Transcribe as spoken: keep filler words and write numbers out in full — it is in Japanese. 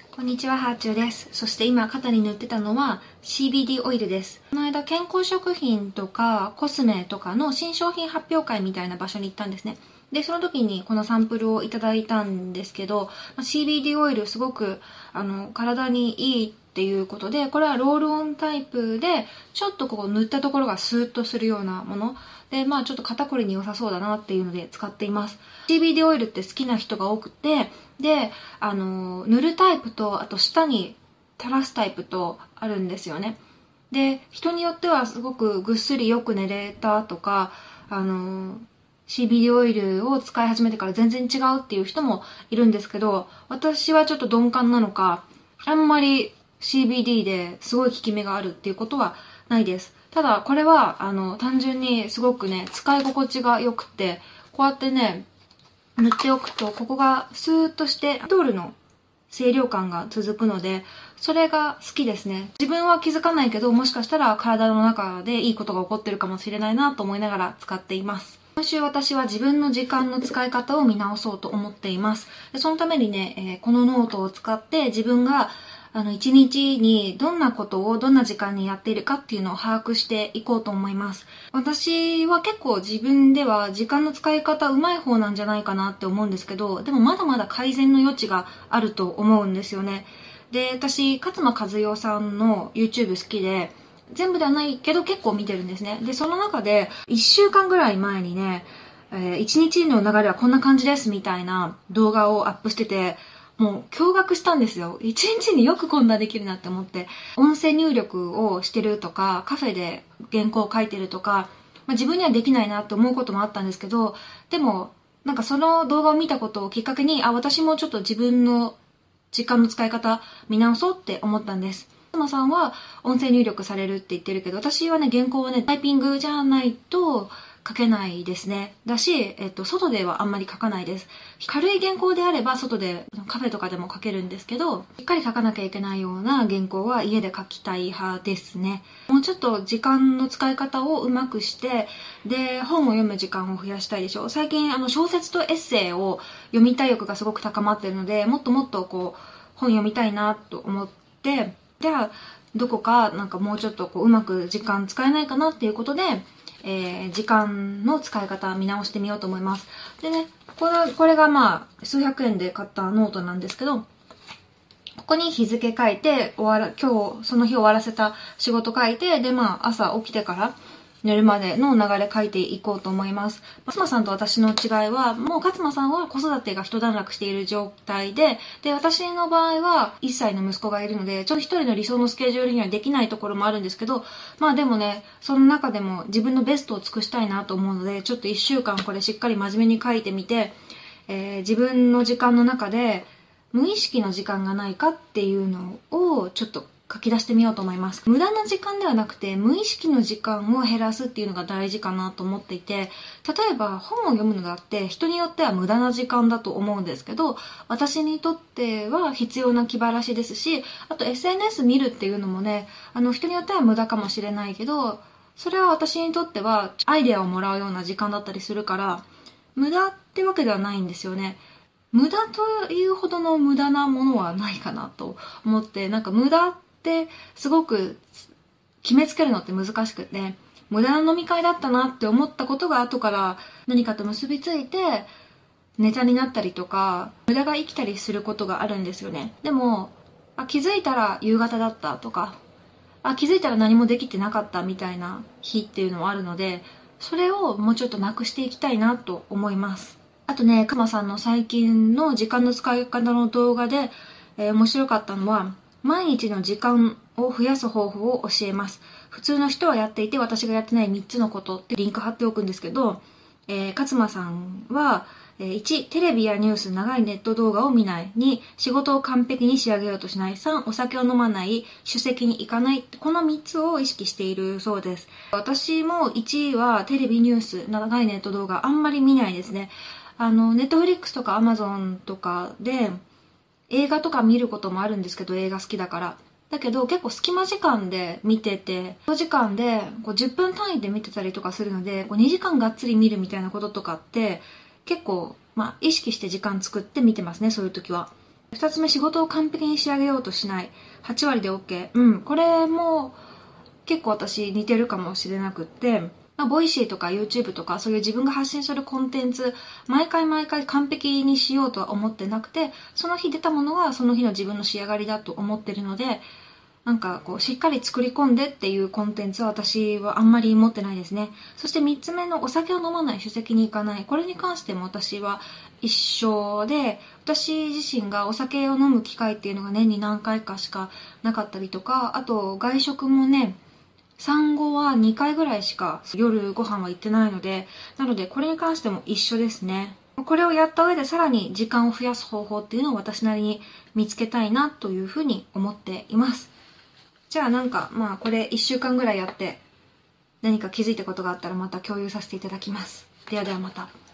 こんにちは、ハーチューです。そして今肩に塗ってたのは シービーディー オイルです。この間健康食品とかコスメとかの新商品発表会みたいな場所に行ったんですね。で、その時にこのサンプルをいただいたんですけど、シービーディー オイルすごくあの体にいいっていうことで、これはロールオンタイプで、ちょっとこう塗ったところがスーッとするようなもの。で、まあちょっと肩こりに良さそうだなっていうので使っています。シービーディー オイルって好きな人が多くて、で、あの、塗るタイプと、あと舌に垂らすタイプとあるんですよね。で、人によってはすごくぐっすりよく寝れたとか、あの、シービーディー オイルを使い始めてから全然違うっていう人もいるんですけど、私はちょっと鈍感なのか、あんまり シービーディー ですごい効き目があるっていうことはないです。ただ、これは、あの、単純にすごくね、使い心地が良くて、こうやってね、塗っておくと、ここがスーッとして、ドールの清涼感が続くので、それが好きですね。自分は気づかないけど、もしかしたら体の中でいいことが起こってるかもしれないなと思いながら使っています。今週私は自分の時間の使い方を見直そうと思っています。でそのためにね、えー、このノートを使って自分があの、一日にどんなことをどんな時間にやっているかっていうのを把握していこうと思います。私は結構自分では時間の使い方うまい方なんじゃないかなって思うんですけど、でもまだまだ改善の余地があると思うんですよね。で、私、勝間和代さんの YouTube 好きで、全部ではないけど結構見てるんですね。で、その中でいっしゅうかんぐらい前にね、えー、いちにちの流れはこんな感じですみたいな動画をアップしてて、もう驚愕したんですよ。一日によくこんなできるなって思って。音声入力をしてるとか、カフェで原稿を書いてるとか、まあ、自分にはできないなって思うこともあったんですけど、でも、なんかその動画を見たことをきっかけに、あ、私もちょっと自分の時間の使い方見直そうって思ったんです。妻さんは音声入力されるって言ってるけど、私はね、原稿はね、タイピングじゃないと、書けないですね。だし、えっと、外ではあんまり書かないです。軽い原稿であれば、外で、カフェとかでも書けるんですけど、しっかり書かなきゃいけないような原稿は家で書きたい派ですね。もうちょっと時間の使い方をうまくして、で、本を読む時間を増やしたいでしょ。最近、あの、小説とエッセイを読みたい欲がすごく高まってるので、もっともっとこう、本読みたいなと思って、じゃあ、どこかなんかもうちょっとこう、うまく時間使えないかなっていうことで、えー、時間の使い方見直してみようと思います。でね、これ、これがまあ、数百円で買ったノートなんですけど、ここに日付書いて、終わら、今日、その日終わらせた仕事書いて、でまあ、朝起きてから、寝るまでの流れ書いていこうと思います。勝間さんと私の違いは、もう勝間さんは子育てが一段落している状態で、で、私の場合はいっさいの息子がいるので、ちょっと一人の理想のスケジュールにはできないところもあるんですけど、まあでもね、その中でも自分のベストを尽くしたいなと思うので、ちょっといっしゅうかんこれしっかり真面目に書いてみて、えー、自分の時間の中で無意識の時間がないかっていうのをちょっと書き出してみようと思います。無駄な時間ではなくて、無意識の時間を減らすっていうのが大事かなと思っていて、例えば本を読むのだって人によっては無駄な時間だと思うんですけど、私にとっては必要な気晴らしですし、あと エスエヌエス 見るっていうのもね、あの人によっては無駄かもしれないけど、それは私にとってはアイデアをもらうような時間だったりするから、無駄ってわけではないんですよね。無駄というほどの無駄なものはないかなと思って、なんか無駄ってすごく決めつけるのって難しくて、無駄な飲み会だったなって思ったことが後から何かと結びついてネタになったりとか、無駄が生きたりすることがあるんですよね。でも、あ、気づいたら夕方だったとか、あ、気づいたら何もできてなかったみたいな日っていうのもあるので、それをもうちょっとなくしていきたいなと思います。あとね、かまさんの最近の時間の使い方の動画で、えー、面白かったのは、毎日の時間を増やす方法を教えます。普通の人はやっていて、私がやってないみっつのことってリンク貼っておくんですけど、えー、勝間さんは、いち、テレビやニュース、長いネット動画を見ない。に、仕事を完璧に仕上げようとしない。さん、お酒を飲まない。首席に行かない。このみっつを意識しているそうです。私もいちいはテレビ、ニュース、長いネット動画あんまり見ないですね。あの、ネットフリックスとかアマゾンとかで映画とか見ることもあるんですけど、映画好きだから。だけど結構隙間時間で見てて、ごじかんでこうじゅっぷん単位で見てたりとかするので、こうにじかんがっつり見るみたいなこととかって結構、まあ意識して時間作って見てますね、そういう時は。 ふたつめ、仕事を完璧に仕上げようとしない。はち割で OK。うん。これも結構私似てるかもしれなくって、まあ、ボイシーとか YouTube とかそういう自分が発信するコンテンツ、毎回毎回完璧にしようとは思ってなくて、その日出たものがその日の自分の仕上がりだと思ってるので、なんかこうしっかり作り込んでっていうコンテンツは私はあんまり持ってないですね。そしてみっつめのお酒を飲まない、酒席に行かない。これに関しても私は一緒で、私自身がお酒を飲む機会っていうのが年に何回かしかなかったりとか、あと外食もね、産後はにかいぐらいしか夜ご飯は行ってないので、なのでこれに関しても一緒ですね。これをやった上でさらに時間を増やす方法っていうのを私なりに見つけたいなというふうに思っています。じゃあなんか、まあこれいっしゅうかんぐらいやって何か気づいたことがあったらまた共有させていただきます。ではではまた。